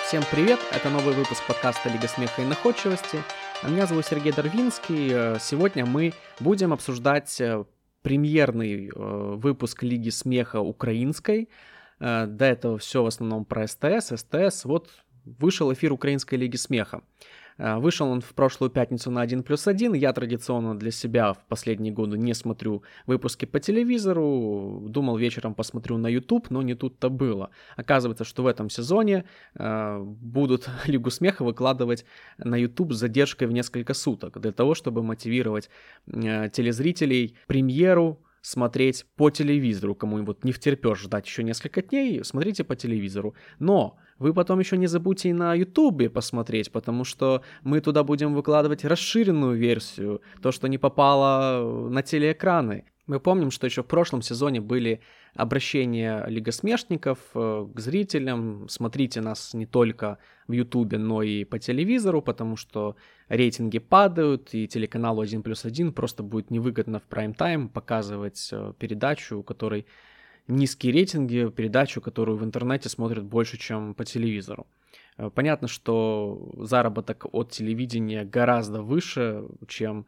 Всем привет, это новый выпуск подкаста «Лига смеха и находчивости». Меня зовут Сергей Дарвинский. Сегодня мы будем обсуждать премьерный выпуск Лиги смеха украинской. До этого все в основном про СТС. Вот вышел эфир Украинской Лиги смеха. Вышел он в прошлую пятницу на 1+1. Я традиционно для себя в последние годы не смотрю выпуски по телевизору. Думал, вечером посмотрю на YouTube, но не тут-то было. Оказывается, что в этом сезоне будут Лигу смеха выкладывать на YouTube с задержкой в несколько суток, для того, чтобы мотивировать телезрителей премьеру смотреть по телевизору. Кому-нибудь не втерпёшь ждать еще несколько дней, смотрите по телевизору. Но вы потом еще не забудьте и на Ютубе посмотреть, потому что мы туда будем выкладывать расширенную версию, то, что не попало на телеэкраны. Мы помним, что еще в прошлом сезоне были обращения лигосмешников к зрителям. Смотрите нас не только в Ютубе, но и по телевизору, потому что рейтинги падают, и телеканалу 1+1 просто будет невыгодно в прайм-тайм показывать передачу, у которой низкие рейтинги, передачу, которую в интернете смотрят больше, чем по телевизору. Понятно, что заработок от телевидения гораздо выше, чем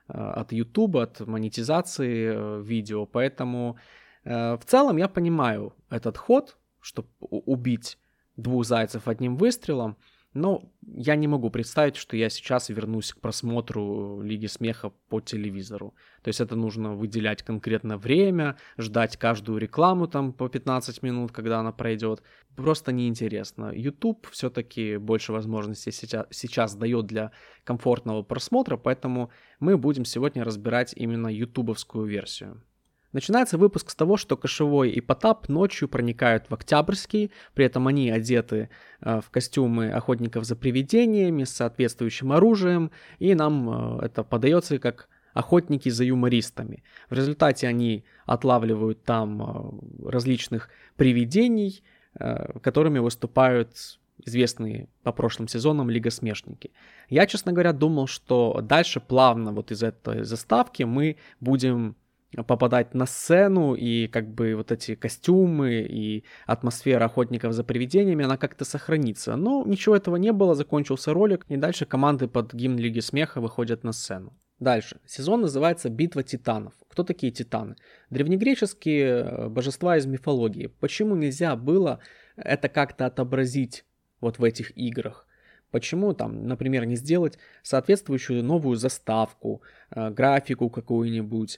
от YouTube, от монетизации видео, поэтому в целом я понимаю этот ход, чтобы убить двух зайцев одним выстрелом, но я не могу представить, что я сейчас вернусь к просмотру Лиги смеха по телевизору. То есть это нужно выделять конкретно время, ждать каждую рекламу там по 15 минут, когда она пройдет. Просто неинтересно. YouTube все-таки больше возможностей сейчас дает для комфортного просмотра, поэтому мы будем сегодня разбирать именно ютубовскую версию. Начинается выпуск с того, что Кошевой и Потап ночью проникают в Октябрьский, при этом они одеты в костюмы охотников за привидениями с соответствующим оружием, и нам это подается как охотники за юмористами. В результате они отлавливают там различных привидений, которыми выступают известные по прошлым сезонам лигосмешники. Я, честно говоря, думал, что дальше плавно вот из этой заставки мы будем попадать на сцену, и как бы вот эти костюмы и атмосфера охотников за привидениями, она как-то сохранится. Но ничего этого не было, закончился ролик, и дальше команды под гимн Лиги смеха выходят на сцену. Дальше. Сезон называется «Битва титанов». Кто такие титаны? Древнегреческие божества из мифологии. Почему нельзя было это как-то отобразить вот в этих играх? Почему там, например, не сделать соответствующую новую заставку, графику какую-нибудь,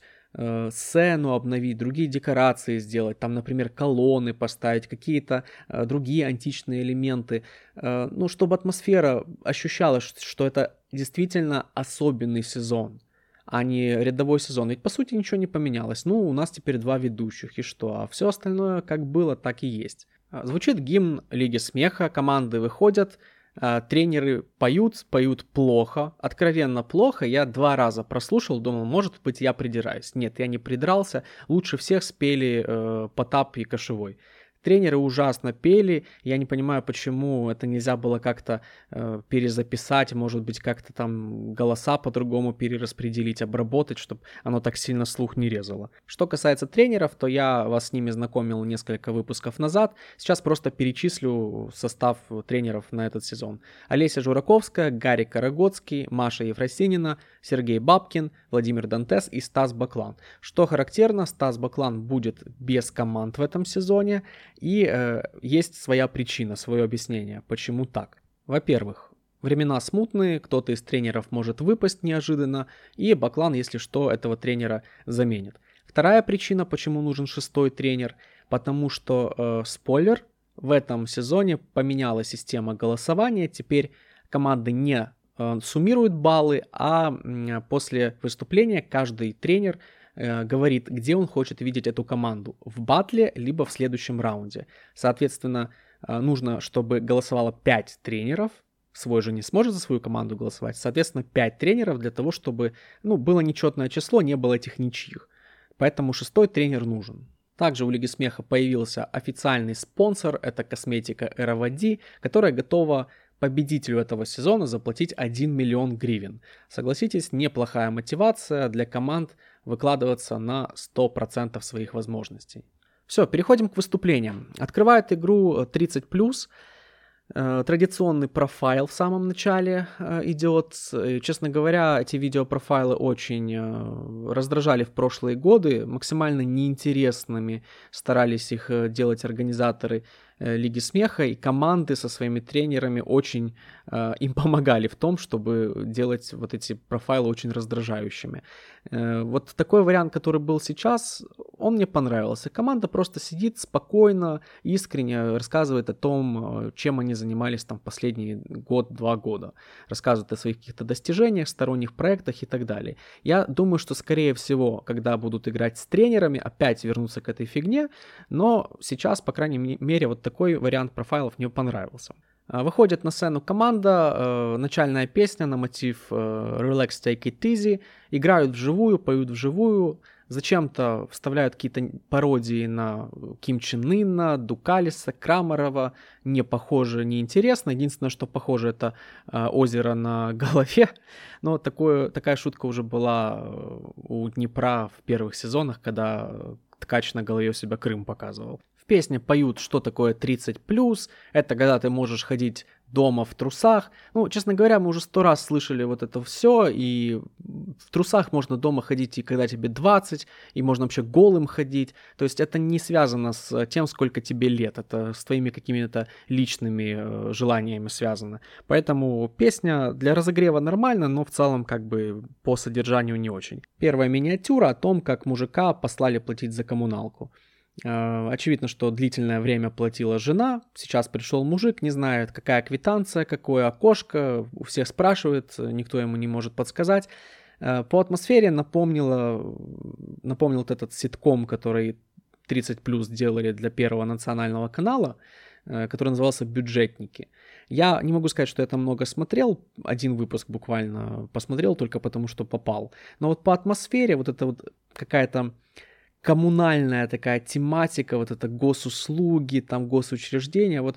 сцену обновить, другие декорации сделать, там, например, колонны поставить, какие-то другие античные элементы, ну, чтобы атмосфера ощущалась, что это действительно особенный сезон, а не рядовой сезон. Ведь, по сути, ничего не поменялось. Ну, у нас теперь два ведущих, и что? А все остальное как было, так и есть. Звучит гимн Лиги смеха, команды выходят, тренеры поют плохо, откровенно плохо. Я 2 раза прослушал, думал, может быть, я придираюсь. Нет, я не придрался. Лучше всех спели Потап и Кошевой. Тренеры ужасно пели, я не понимаю, почему это нельзя было как-то перезаписать, может быть, как-то там голоса по-другому перераспределить, обработать, чтобы оно так сильно слух не резало. Что касается тренеров, то я вас с ними знакомил несколько выпусков назад, сейчас просто перечислю состав тренеров на этот сезон. Олеся Жураковская, Гарик Карагодский, Маша Ефросинина, Сергей Бабкин, Владимир Дантес и Стас Баклан. Что характерно, Стас Баклан будет без команд в этом сезоне, и есть своя причина, свое объяснение, почему так. Во-первых, времена смутные, кто-то из тренеров может выпасть неожиданно, и Баклан, если что, этого тренера заменит. Вторая причина, почему нужен 6-й тренер, потому что, спойлер, в этом сезоне поменялась система голосования, теперь команды не суммируют баллы, а после выступления каждый тренер говорит, где он хочет видеть эту команду, в батле, либо в следующем раунде. Соответственно, нужно, чтобы голосовало 5 тренеров, свой же не сможет за свою команду голосовать, соответственно, 5 тренеров для того, чтобы было нечетное число, не было этих ничьих. Поэтому 6-й тренер нужен. Также у Лиги смеха появился официальный спонсор, это косметика Эроводи, которая готова победителю этого сезона заплатить 1 миллион гривен. Согласитесь, неплохая мотивация для команд выкладываться на 100% своих возможностей. Все, переходим к выступлениям. Открывает игру 30+. Традиционный профайл в самом начале идет. Честно говоря, эти видеопрофайлы очень раздражали в прошлые годы, максимально неинтересными старались их делать организаторы Лиги Смеха, и команды со своими тренерами очень им помогали в том, чтобы делать вот эти профайлы очень раздражающими. Вот такой вариант, который был сейчас, он мне понравился. Команда просто сидит спокойно, искренне рассказывает о том, чем они занимались там последние год-два года. Рассказывают о своих каких-то достижениях, сторонних проектах и так далее. Я думаю, что скорее всего, когда будут играть с тренерами, опять вернутся к этой фигне, но сейчас, по крайней мере, вот такой вариант профайлов мне понравился. Выходит на сцену команда, начальная песня на мотив Relax, Take It Easy, играют вживую, поют вживую, зачем-то вставляют какие-то пародии на Ким Чен Ына, Дукалиса, Крамарова, не похоже, не интересно, единственное, что похоже, это озеро на голове, но такая шутка уже была у Днепра в первых сезонах, когда Ткач на голове у себя Крым показывал. В песне поют, что такое 30+, это когда ты можешь ходить дома в трусах. Ну, честно говоря, мы уже 100 раз слышали вот это все, и в трусах можно дома ходить и когда тебе 20, и можно вообще голым ходить. То есть это не связано с тем, сколько тебе лет, это с твоими какими-то личными желаниями связано. Поэтому песня для разогрева нормально, но в целом как бы по содержанию не очень. Первая миниатюра о том, как мужика послали платить за коммуналку. Очевидно, что длительное время платила жена, сейчас пришел мужик, не знает, какая квитанция, какое окошко, у всех спрашивает, никто ему не может подсказать. По атмосфере напомнил вот этот ситком, который 30+ делали для Первого национального канала, который назывался «Бюджетники». Я не могу сказать, что я там много смотрел, один выпуск буквально посмотрел только потому, что попал. Но вот по атмосфере вот это вот какая-то коммунальная такая тематика, вот это госуслуги, там госучреждения, вот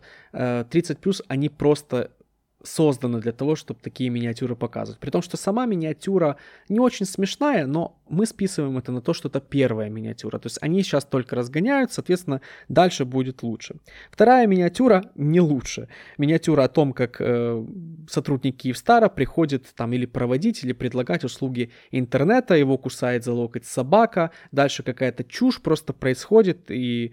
30+, они просто созданы для того, чтобы такие миниатюры показывать. При том, что сама миниатюра не очень смешная, но мы списываем это на то, что это первая миниатюра. То есть они сейчас только разгоняют, соответственно, дальше будет лучше. Вторая миниатюра не лучше. Миниатюра о том, как сотрудник Киевстара приходит там или проводить, или предлагать услуги интернета, его кусает за локоть собака, дальше какая-то чушь просто происходит, и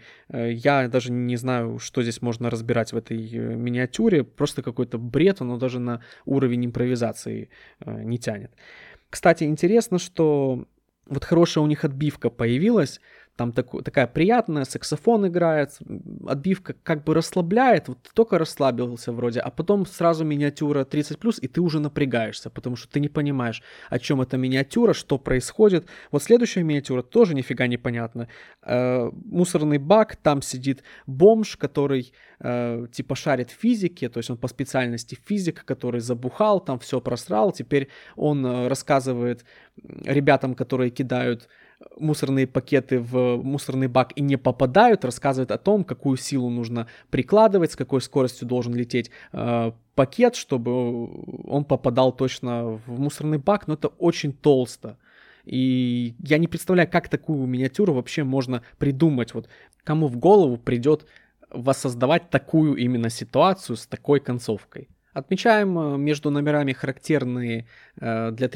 я даже не знаю, что здесь можно разбирать в этой миниатюре, просто какой-то бред, но даже на уровень импровизации не тянет. Кстати, интересно, что вот хорошая у них отбивка появилась, там такая приятная, саксофон играет, отбивка как бы расслабляет, вот ты только расслабился вроде, а потом сразу миниатюра 30+, и ты уже напрягаешься, потому что ты не понимаешь, о чем эта миниатюра, что происходит. Вот следующая миниатюра тоже нифига не понятно. Мусорный бак, там сидит бомж, который типа шарит в физике, то есть он по специальности физик, который забухал, там все просрал, теперь он рассказывает ребятам, которые кидают мусорные пакеты в мусорный бак и не попадают, рассказывает о том, какую силу нужно прикладывать, с какой скоростью должен лететь пакет, чтобы он попадал точно в мусорный бак, но это очень толсто. И я не представляю, как такую миниатюру вообще можно придумать, вот кому в голову придет воссоздавать такую именно ситуацию с такой концовкой. Отмечаем между номерами характерные для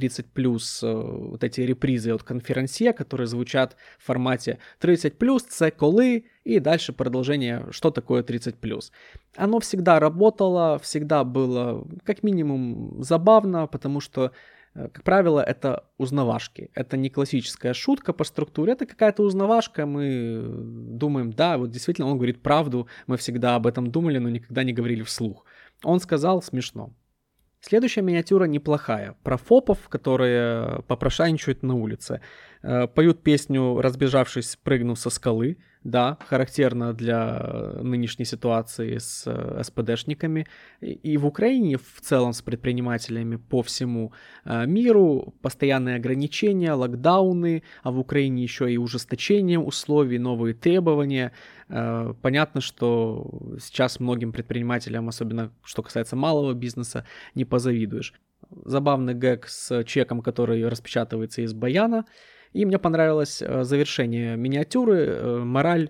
30+, вот эти репризы от конферансье, которые звучат в формате 30+, це коли, и дальше продолжение, что такое 30+. Оно всегда работало, всегда было как минимум забавно, потому что, как правило, это узнавашки. Это не классическая шутка по структуре, это какая-то узнавашка, мы думаем, да, вот действительно он говорит правду, мы всегда об этом думали, но никогда не говорили вслух. Он сказал смешно. Следующая миниатюра неплохая. Про фопов, которые попрошайничают на улице. Поют песню «Разбежавшись, прыгнув со скалы». Да, характерно для нынешней ситуации с СПДшниками. И в Украине в целом с предпринимателями по всему миру постоянные ограничения, локдауны, а в Украине еще и ужесточение условий, новые требования. Понятно, что сейчас многим предпринимателям, особенно что касается малого бизнеса, не позавидуешь. Забавный гэг с чеком, который распечатывается из баяна. И мне понравилось завершение миниатюры, мораль: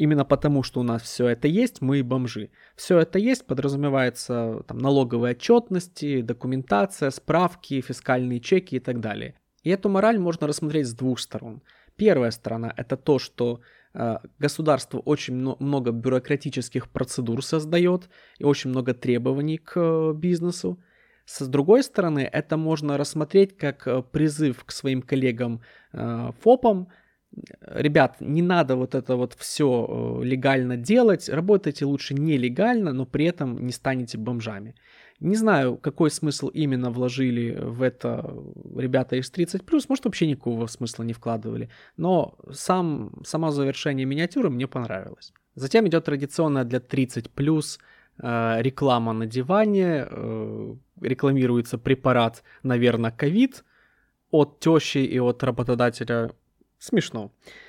Именно потому, что у нас все это есть, мы и бомжи. Все это есть, подразумевается там, налоговые отчетности, документация, справки, фискальные чеки и так далее. И эту мораль можно рассмотреть с двух сторон. Первая сторона – это то, что государство очень много бюрократических процедур создает и очень много требований к бизнесу. С другой стороны, это можно рассмотреть как призыв к своим коллегам ФОПам. Ребят, не надо вот это вот все легально делать, работайте лучше нелегально, но при этом не станете бомжами. Не знаю, какой смысл именно вложили в это ребята из 30+, может вообще никакого смысла не вкладывали, но само завершение миниатюры мне понравилось. Затем идет традиционная для 30+, реклама на диване, рекламируется препарат, наверное, ковид от тещи и от работодателя. Смешно.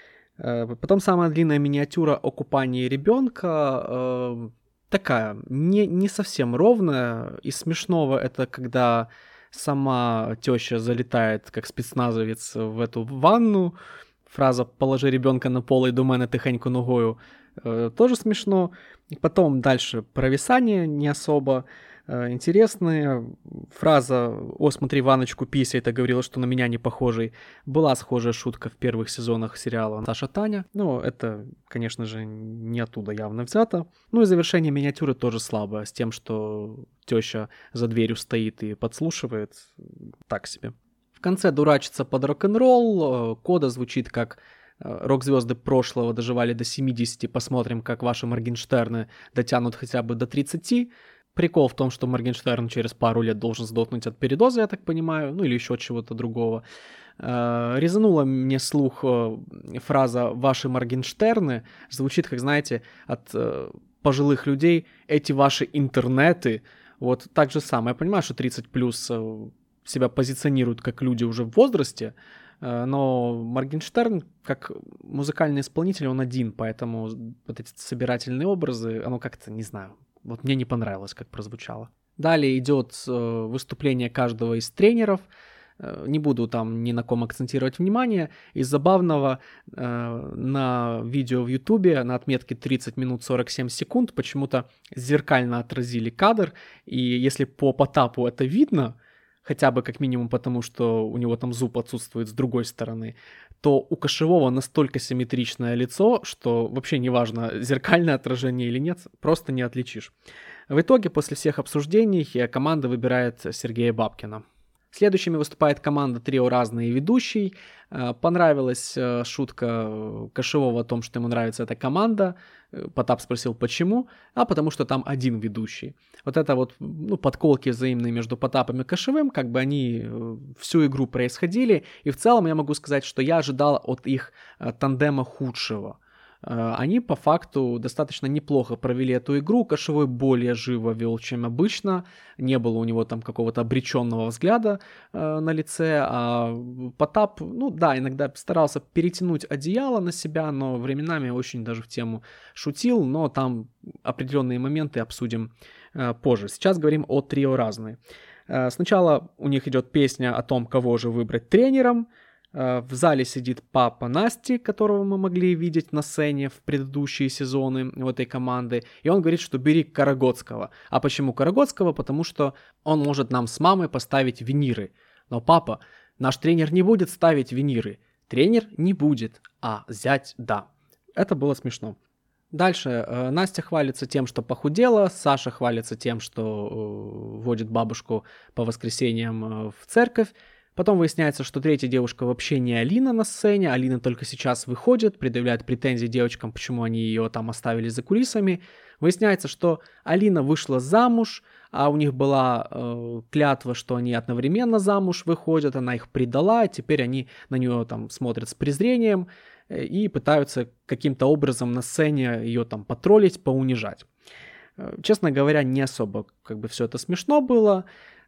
Потом самая длинная миниатюра о купании ребенка, такая, не совсем ровная. Из смешного это когда сама теща залетает как спецназовец в эту ванну. Фраза «положи ребенка на пол и до мене тихенько ногою» тоже смешно. И потом дальше провисание не особо интересные. Фраза «О, смотри, Ваночку писает, а говорила, что на меня не похожий». Была схожая шутка в первых сезонах сериала «Саша Таня». Но это, конечно же, не оттуда явно взято. Ну и завершение миниатюры тоже слабое, с тем, что теща за дверью стоит и подслушивает. Так себе. В конце дурачится под рок-н-ролл. Кода звучит как «Рок-звезды прошлого доживали до 70, посмотрим, как ваши Моргенштерны дотянут хотя бы до 30». Прикол в том, что Моргенштерн через пару лет должен сдохнуть от передоза, я так понимаю, ну или еще чего-то другого. Резанула мне слух фраза «ваши Моргенштерны», звучит, как, знаете, от пожилых людей «эти ваши интернеты». Вот так же самое. Я понимаю, что 30+ себя позиционируют как люди уже в возрасте, но Моргенштерн, как музыкальный исполнитель, он один, поэтому вот эти собирательные образы, оно как-то, не знаю, вот мне не понравилось, как прозвучало. Далее идет выступление каждого из тренеров. Не буду там ни на ком акцентировать внимание. Из забавного на видео в Ютубе на отметке 30 минут 47 секунд почему-то зеркально отразили кадр. И если по Потапу это видно, хотя бы как минимум потому, что у него там зуб отсутствует с другой стороны, то у Кошевого настолько симметричное лицо, что вообще неважно, зеркальное отражение или нет, просто не отличишь. В итоге, после всех обсуждений, команда выбирает Сергея Бабкина. Следующими выступает команда «Трио Разные» ведущий. Понравилась шутка Кошевого о том, что ему нравится эта команда. Потап спросил, почему? А потому что там один ведущий. Вот это вот подколки взаимные между Потапом и Кошевым, как бы они всю игру происходили. И в целом я могу сказать, что я ожидал от их тандема худшего. Они по факту достаточно неплохо провели эту игру. Кошевой более живо вел, чем обычно. Не было у него там какого-то обреченного взгляда на лице. А Потап, иногда старался перетянуть одеяло на себя, но временами очень даже в тему шутил. Но там определенные моменты обсудим позже. Сейчас говорим о «Трио Разные». Сначала у них идет песня о том, кого же выбрать тренером. В зале сидит папа Насти, которого мы могли видеть на сцене в предыдущие сезоны у этой команды. И он говорит, что бери Карагодского. А почему Карагодского? Потому что он может нам с мамой поставить виниры. Но папа, наш тренер не будет ставить виниры. Тренер не будет, а зять да. Это было смешно. Дальше Настя хвалится тем, что похудела, Саша хвалится тем, что водит бабушку по воскресеньям в церковь. Потом выясняется, что третья девушка вообще не Алина на сцене, Алина только сейчас выходит, предъявляет претензии девочкам, почему они ее там оставили за кулисами. Выясняется, что Алина вышла замуж, а у них была клятва, что они одновременно замуж выходят, она их предала, теперь они на нее там смотрят с презрением и пытаются каким-то образом на сцене ее там потроллить, поунижать. Честно говоря, не особо все это смешно было.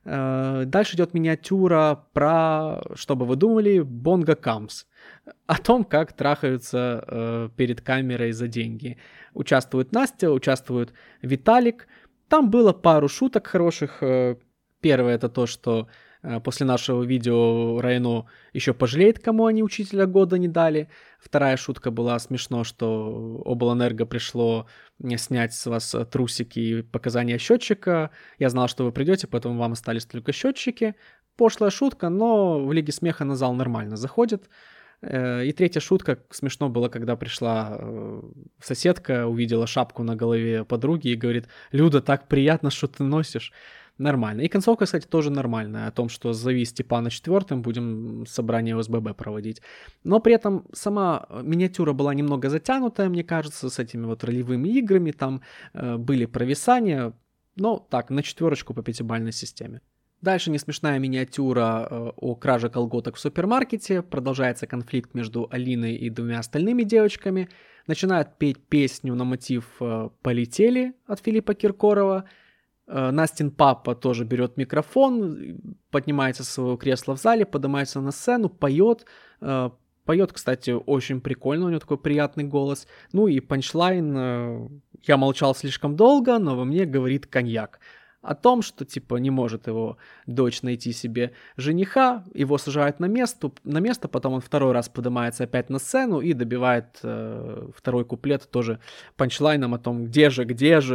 Дальше идет миниатюра про, что бы вы думали, Бонго Камс. О том, как трахаются перед камерой за деньги. Участвует Настя, участвует Виталик. Там было пару шуток хороших. Первое это то, что После нашего видео Райно еще пожалеет, кому они учителя года не дали. Вторая шутка была смешно, что облэнерго пришло снять с вас трусики и показания счетчика. Я знал, что вы придете, поэтому вам остались только счетчики. Пошлая шутка, но в Лиге смеха на зал нормально заходит. И третья шутка, смешно было, когда пришла соседка, увидела шапку на голове подруги и говорит: «Люда, так приятно, что ты носишь». Нормально. И концовка, кстати, тоже нормальная, о том, что зови Степана четвертым, будем собрание ОСББ проводить. Но при этом сама миниатюра была немного затянутая, мне кажется, с этими вот ролевыми играми, там были провисания, но так, на 4 по 5-бальной системе. Дальше несмешная миниатюра о краже колготок в супермаркете, продолжается конфликт между Алиной и 2 остальными девочками, начинают петь песню на мотив «Полетели» от Филиппа Киркорова. Настин папа тоже берет микрофон, поднимается с своего кресла в зале, поднимается на сцену, поет. Поет, кстати, очень прикольно, у него такой приятный голос. Ну и панчлайн «Я молчал слишком долго, но во мне говорит коньяк». О том, что, типа, не может его дочь найти себе жениха, его сажают на место, потом он второй раз поднимается опять на сцену и добивает второй куплет тоже панчлайном о том, где же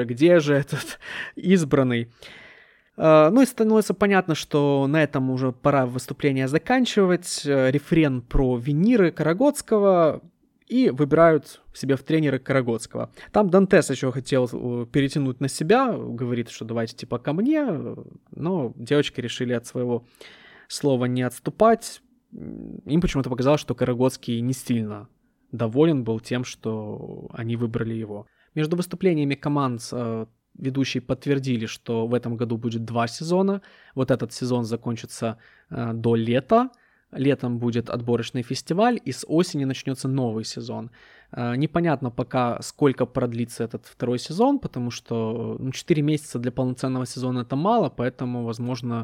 этот избранный. Ну и становится понятно, что на этом уже пора выступление заканчивать. Рефрен про виниры Карагодского. И выбирают себе в тренеры Карагодского. Там Дантес еще хотел перетянуть на себя, говорит, что давайте типа ко мне, но девочки решили от своего слова не отступать. Им почему-то показалось, что Карагодский не сильно доволен был тем, что они выбрали его. Между выступлениями команд ведущие подтвердили, что в этом году будет 2 сезона. Вот этот сезон закончится до лета. Летом будет отборочный фестиваль, и с осени начнется новый сезон. Непонятно пока, сколько продлится этот второй сезон, потому что 4 месяца для полноценного сезона это мало, поэтому, возможно,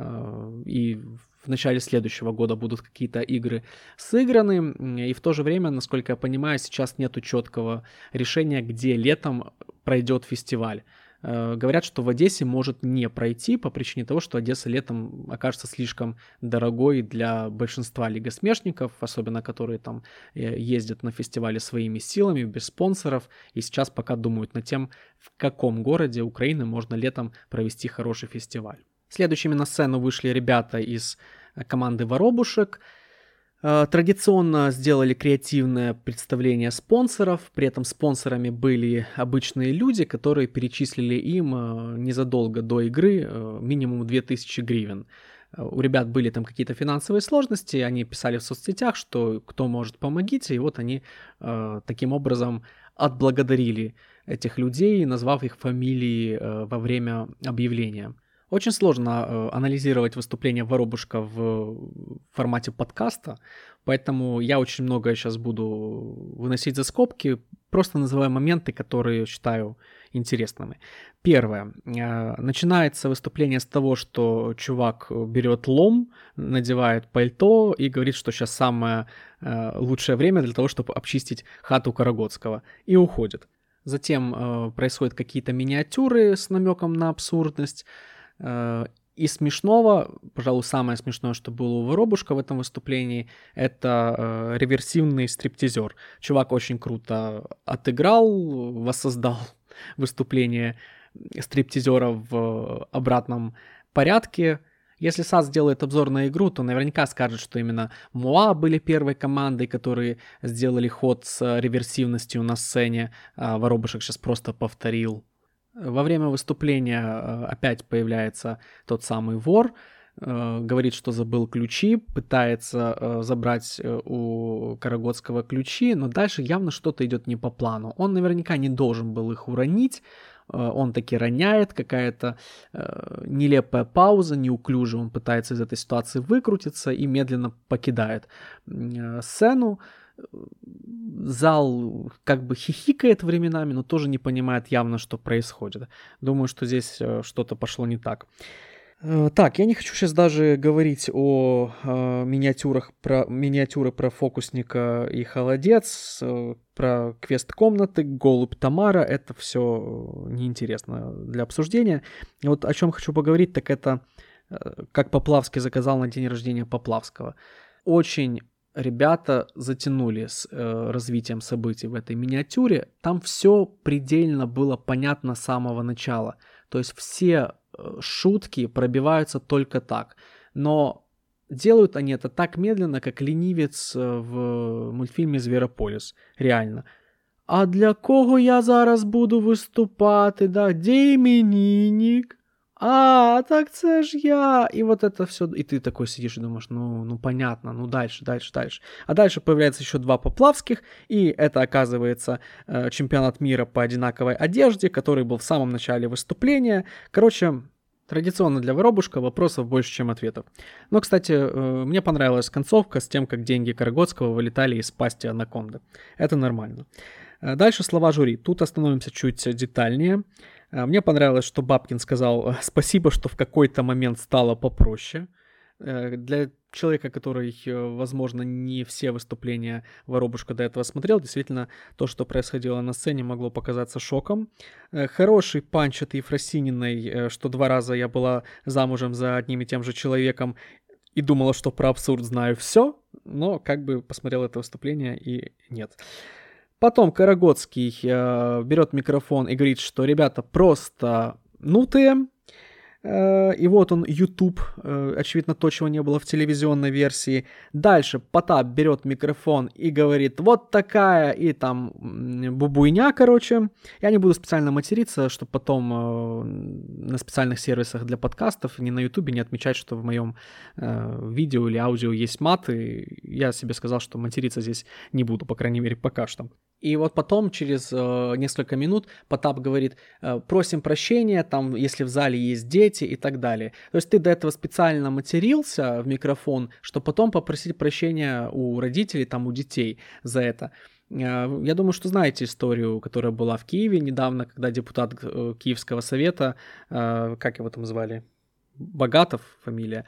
и в начале следующего года будут какие-то игры сыграны. И в то же время, насколько я понимаю, сейчас нету четкого решения, где летом пройдет фестиваль. Говорят, что в Одессе может не пройти по причине того, что Одесса летом окажется слишком дорогой для большинства лигосмешников, особенно которые там ездят на фестивале своими силами, без спонсоров, и сейчас пока думают над тем, в каком городе Украины можно летом провести хороший фестиваль. Следующими на сцену вышли ребята из команды «Воробушек». Традиционно сделали креативное представление спонсоров, при этом спонсорами были обычные люди, которые перечислили им незадолго до игры минимум 2000 гривен. У ребят были там какие-то финансовые сложности, они писали в соцсетях, что кто может, помогите, и вот они таким образом отблагодарили этих людей, назвав их фамилии во время объявления. Очень сложно анализировать выступление Воробушка в формате подкаста, поэтому я очень многое сейчас буду выносить за скобки, просто называя моменты, которые считаю интересными. Первое. Начинается выступление с того, что чувак берет лом, надевает пальто и говорит, что сейчас самое лучшее время для того, чтобы обчистить хату Карагодского, и уходит. Затем происходят какие-то миниатюры с намеком на абсурдность. Из смешного, пожалуй, самое смешное, что было у Воробушка в этом выступлении, это реверсивный стриптизер. Чувак очень круто отыграл, воссоздал выступление стриптизера в обратном порядке. Если САС сделает обзор на игру, то наверняка скажет, что именно МОА были первой командой, которые сделали ход с реверсивностью на сцене, а Воробушек сейчас просто повторил. Во время выступления опять появляется тот самый вор, говорит, что забыл ключи, пытается забрать у Карагодского ключи, но дальше явно что-то идет не по плану. Он наверняка не должен был их уронить, он таки роняет, какая-то нелепая пауза, неуклюже он пытается из этой ситуации выкрутиться и медленно покидает сцену. Зал как бы хихикает временами, но тоже не понимает явно, что происходит. Думаю, что здесь что-то пошло не так. Так, я не хочу сейчас даже говорить о миниатюры про фокусника и холодец, про квест комнаты, голубь Тамара. Это все неинтересно для обсуждения. И вот о чем хочу поговорить, так это как Поплавский заказал на день рождения Поплавского. Очень ребята затянули с развитием событий в этой миниатюре. Там все предельно было понятно с самого начала. То есть все шутки пробиваются только так. Но делают они это так медленно, как ленивец в мультфільмі «Зверополис». Реально. А для кого я зараз буду виступати? Да? Де іменинник? А, так це ж я. И вот это все. И ты такой сидишь и думаешь, ну понятно, ну дальше. А дальше появляется еще 2 Поплавских, и это оказывается чемпионат мира по одинаковой одежде, который был в самом начале выступления. Короче, традиционно для Воробушка вопросов больше, чем ответов. Но, кстати, мне понравилась концовка с тем, как деньги Карагодского вылетали из пасти анаконды. Это нормально. Дальше слова жюри. Тут остановимся чуть детальнее. Мне понравилось, что Бабкин сказал спасибо, что в какой-то момент стало попроще. Для человека, который, возможно, не все выступления Воробушка до этого смотрел, действительно, то, что происходило на сцене, могло показаться шоком. Хороший панч от Ефросининой, что 2 раза я была замужем за одним и тем же человеком и думала, что про абсурд знаю все, но как бы посмотрел это выступление и нет. Потом Карагодский берет микрофон и говорит, что ребята просто нутые. И вот он, YouTube, очевидно, то, чего не было в телевизионной версии. Дальше Потап берет микрофон и говорит, вот такая, и там бубуйня, короче. Я не буду специально материться, чтобы потом на специальных сервисах для подкастов, ни на YouTube не отмечать, что в моем видео или аудио есть мат, и я себе сказал, что материться здесь не буду, по крайней мере, пока что. И вот потом, через несколько минут, Потап говорит, просим прощения, там, если в зале есть дети и так далее. То есть ты до этого специально матерился в микрофон, чтобы потом попросить прощения у родителей, там, у детей за это. Я думаю, что знаете историю, которая была в Киеве недавно, когда депутат Киевского совета, как его там звали, Богатов фамилия,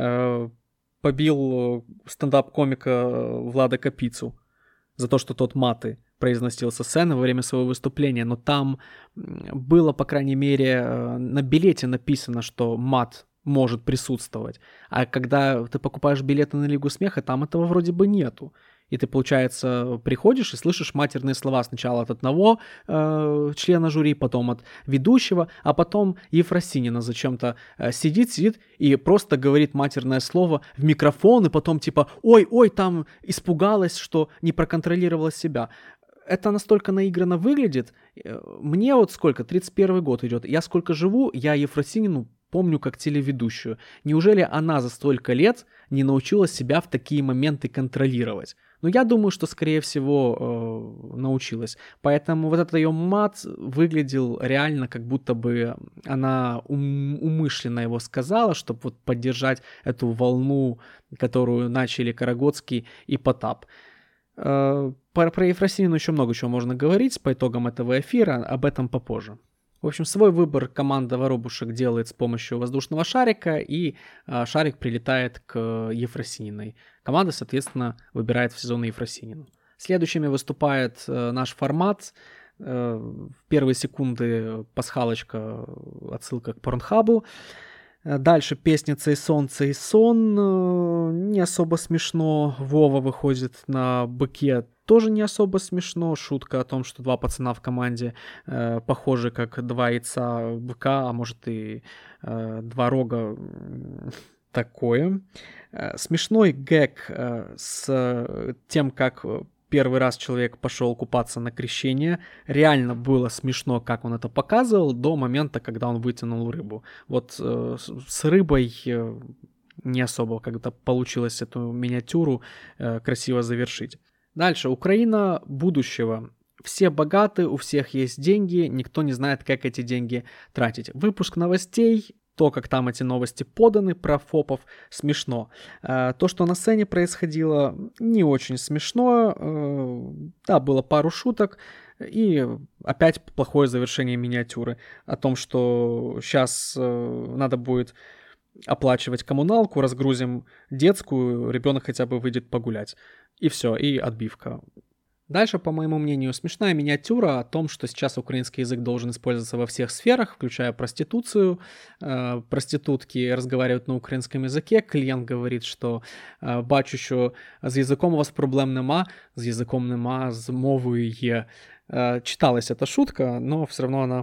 побил стендап-комика Влада Капицу за то, что тот маты произносил со сцены во время своего выступления, но там было, по крайней мере, на билете написано, что мат может присутствовать. А когда ты покупаешь билеты на Лигу смеха, там этого вроде бы нету. И ты, получается, приходишь и слышишь матерные слова сначала от одного члена жюри, потом от ведущего, а потом Ефросинина зачем-то сидит и просто говорит матерное слово в микрофон, и потом типа «Ой, там испугалась, что не проконтролировала себя». Это настолько наигранно выглядит. Мне вот сколько, 31 год идет. Я сколько живу, я Ефросинину помню как телеведущую. Неужели она за столько лет не научилась себя в такие моменты контролировать? Но я думаю, что, скорее всего, научилась. Поэтому вот этот ее мат выглядел реально, как будто бы она умышленно его сказала, чтобы вот поддержать эту волну, которую начали Карагодский и Потап. Про Ефросинину еще много чего можно говорить по итогам этого эфира, об этом попозже. В общем, свой выбор команда Воробушек делает с помощью воздушного шарика, и шарик прилетает к Ефросининой. Команда, соответственно, выбирает в сезон Ефросинину. Следующими выступает наш формат. В первые секунды пасхалочка, отсылка к Порнхабу. Дальше песня и сон». Не особо смешно. Вова выходит на быке. Тоже не особо смешно. Шутка о том, что 2 пацана в команде похожи как 2 яйца быка, а может и 2 рога. Такое. Смешной гэг с тем, как первый раз человек пошел купаться на крещение. Реально было смешно, как он это показывал, до момента, когда он вытянул рыбу. Вот с рыбой не особо как-то получилось эту миниатюру красиво завершить. Дальше. Украина будущего. Все богаты, у всех есть деньги, никто не знает, как эти деньги тратить. Выпуск новостей, то, как там эти новости поданы про ФОПов, смешно. То, что на сцене происходило, не очень смешно. Да, было пару шуток. И опять плохое завершение миниатюры. О том, что сейчас надо будет оплачивать коммуналку, разгрузим детскую, ребенок хотя бы выйдет погулять. И все, и отбивка. Дальше, по моему мнению, смешная миниатюра о том, что сейчас украинский язык должен использоваться во всех сферах, включая проституцию. Проститутки разговаривают на украинском языке. Клиент говорит, что бачу, що з язиком у вас проблем нема, з язиком нема, з мовою є. Читалась эта шутка, но все равно она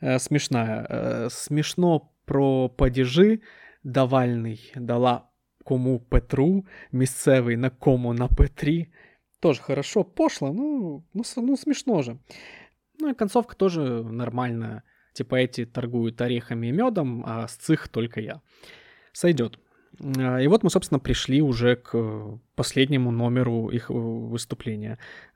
смешная. Смешно про падежи. Давальний дала кому Петру, місцевий на кому на Петрі. Тоже хорошо, пошло, ну смешно же. Ну и концовка тоже нормальная. Типа эти торгуют орехами и медом, а сцих только я. Сойдет. И вот мы, собственно, пришли уже к последнему номеру их выступления.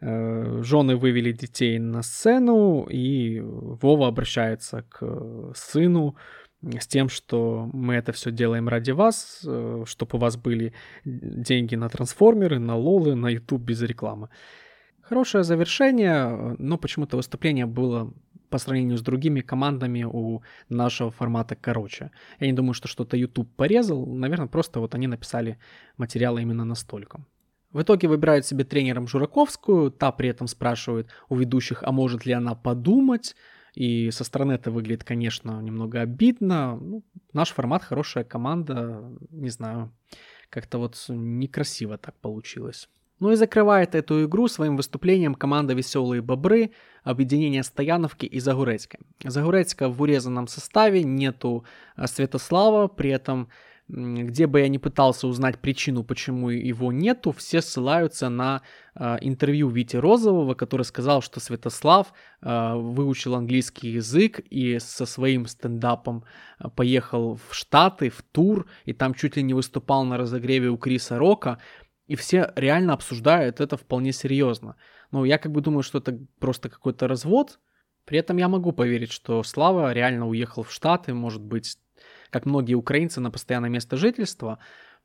Жены вывели детей на сцену, и Вова обращается к сыну с тем, что мы это все делаем ради вас, чтобы у вас были деньги на трансформеры, на лолы, на YouTube без рекламы. Хорошее завершение, но почему-то выступление было по сравнению с другими командами у нашего формата короче. Я не думаю, что что-то YouTube порезал, наверное, просто вот они написали материалы именно настолько. В итоге выбирают себе тренером Жураковскую, та при этом спрашивает у ведущих, а может ли она подумать. И со стороны это выглядит, конечно, немного обидно. Ну, наш формат, хорошая команда, не знаю, как-то вот некрасиво так получилось. Ну и закрывает эту игру своим выступлением команда «Веселые бобры», объединение Стояновки и Загурецкой. Загурецка в урезанном составе, нету Святослава, при этом где бы я ни пытался узнать причину, почему его нету, все ссылаются на интервью Вити Розового, который сказал, что Святослав выучил английский язык и со своим стендапом поехал в Штаты, в тур, и там чуть ли не выступал на разогреве у Криса Рока, и все реально обсуждают это вполне серьезно. Но я как бы думаю, что это просто какой-то развод. При этом я могу поверить, что Слава реально уехал в Штаты, может быть, как многие украинцы, на постоянное место жительства,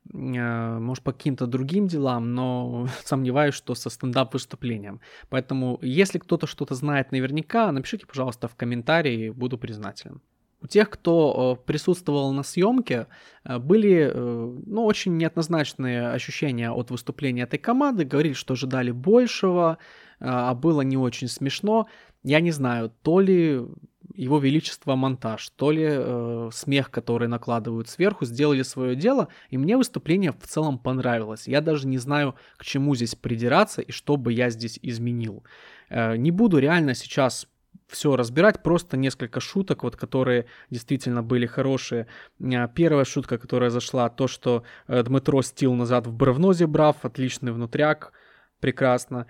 может, по каким-то другим делам, но сомневаюсь, что со стендап-выступлением. Поэтому, если кто-то что-то знает наверняка, напишите, пожалуйста, в комментарии, буду признателен. У тех, кто присутствовал на съемке, были очень неоднозначные ощущения от выступления этой команды. Говорили, что ожидали большего, а было не очень смешно. Я не знаю, то ли его величество монтаж, то ли смех, который накладывают сверху, сделали свое дело, и мне выступление в целом понравилось. Я даже не знаю, к чему здесь придираться и что бы я здесь изменил. Не буду реально сейчас все разбирать, просто несколько шуток, вот, которые действительно были хорошие. Первая шутка, которая зашла, то, что Дмитро стил назад в бревно зібрав, отличный внутряк, прекрасно.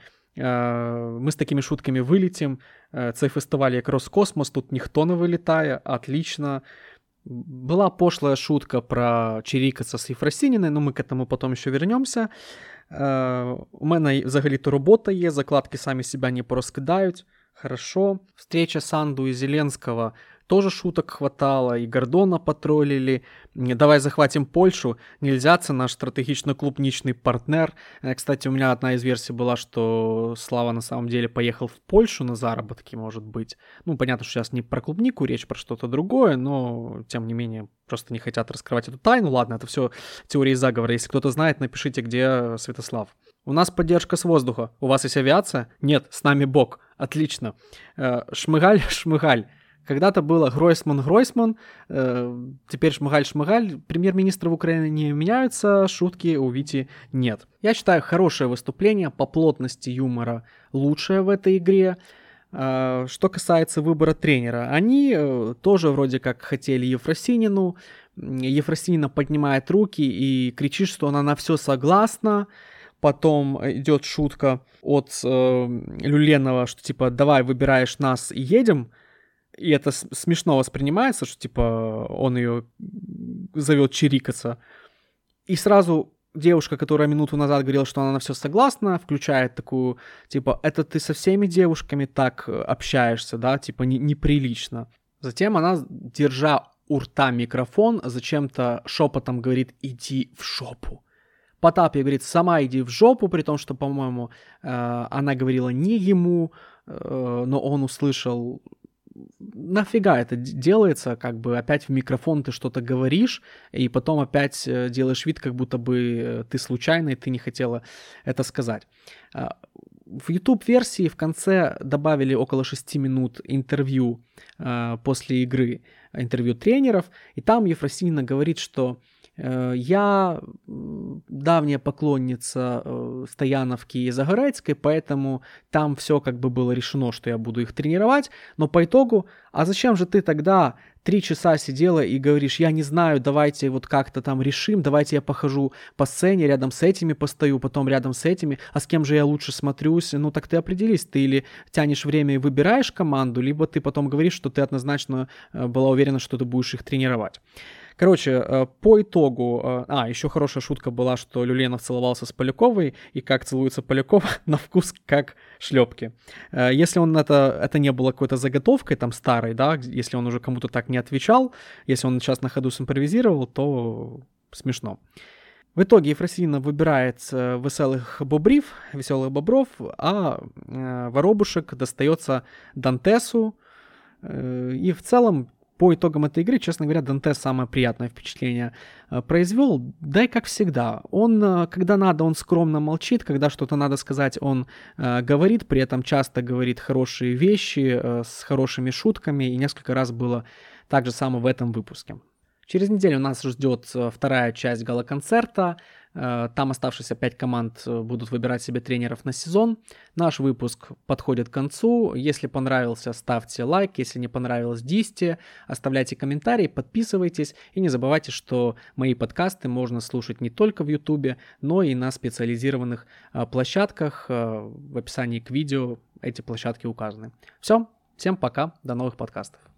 Ми з такими шутками вилетим. Цей фестиваль як Роскосмос, тут ніхто не вилітає, отлично. Была пошлая шутка про чирікаться з Єфросініною, но ми к этому потом ще вернемся. У мене взагалі-то робота є, закладки самі себе не порозкидають. Хорошо. Встреча Санду и Зеленского, тоже шуток хватало, и Гордона потроллили. Давай захватим Польшу, нельзя, це наш стратегично-клубничный партнер. Кстати, у меня одна из версий была, что Слава на самом деле поехал в Польшу на заработки, может быть. Ну, понятно, что сейчас не про клубнику речь, про что-то другое, но, тем не менее, просто не хотят раскрывать эту тайну. Ладно, это все теории заговора. Если кто-то знает, напишите, где Святослав. У нас поддержка с воздуха. У вас есть авиация? Нет, с нами Бог. Отлично. Шмыгаль. Когда-то было Гройсман, теперь Шмыгаль. Премьер-министры в Украине не меняются, шутки у Вити нет. Я считаю, хорошее выступление, по плотности юмора лучшее в этой игре. Что касается выбора тренера, они тоже вроде как хотели Ефросинину. Ефросинина поднимает руки и кричит, что она на все согласна. Потом идет шутка от Люленова, что типа давай выбираешь нас и едем. И это смешно воспринимается, что типа он ее зовет чирикаться. И сразу девушка, которая минуту назад говорила, что она на все согласна, включает такую, типа, это ты со всеми девушками так общаешься, да, типа неприлично. Затем она, держа у рта микрофон, зачем-то шепотом говорит «иди в жопу». Потапьев говорит «сама иди в жопу», при том, что, по-моему, она говорила не ему, но он услышал. Нафига это делается, как бы опять в микрофон ты что-то говоришь, и потом опять делаешь вид, как будто бы ты случайно, и ты не хотела это сказать. В YouTube-версии в конце добавили около 6 минут интервью после игры, интервью тренеров, и там Ефросиньина говорит, что я давняя поклонница Стояновки и Загорецкой, поэтому там все как бы было решено, что я буду их тренировать, но по итогу, а зачем же ты тогда 3 часа сидела и говоришь, я не знаю, давайте вот как-то там решим, давайте я похожу по сцене, рядом с этими постою, потом рядом с этими, а с кем же я лучше смотрюсь? Ну так ты определись, ты или тянешь время и выбираешь команду, либо ты потом говоришь, что ты однозначно была уверена, что ты будешь их тренировать. Короче, по итогу... еще хорошая шутка была, что Люленов целовался с Поляковой, и как целуется Полякова, на вкус как шлепки. Если он это не было какой-то заготовкой там старой, да, если он уже кому-то так не отвечал, если он сейчас на ходу симпровизировал, то смешно. В итоге Ефросиньина выбирает веселых бобров, а Воробушек достается Дантесу, и в целом по итогам этой игры, честно говоря, Дантес самое приятное впечатление произвел, да и как всегда. Он, когда надо, он скромно молчит, когда что-то надо сказать, он говорит, при этом часто говорит хорошие вещи с хорошими шутками, и несколько раз было так же самое в этом выпуске. Через неделю нас ждет вторая часть гала-концерта. Там оставшиеся 5 команд будут выбирать себе тренеров на сезон. Наш выпуск подходит к концу. Если понравился, ставьте лайк. Если не понравилось, дизьте. Оставляйте комментарии, подписывайтесь. И не забывайте, что мои подкасты можно слушать не только в YouTube, но и на специализированных площадках. В описании к видео эти площадки указаны. Все, всем пока, до новых подкастов.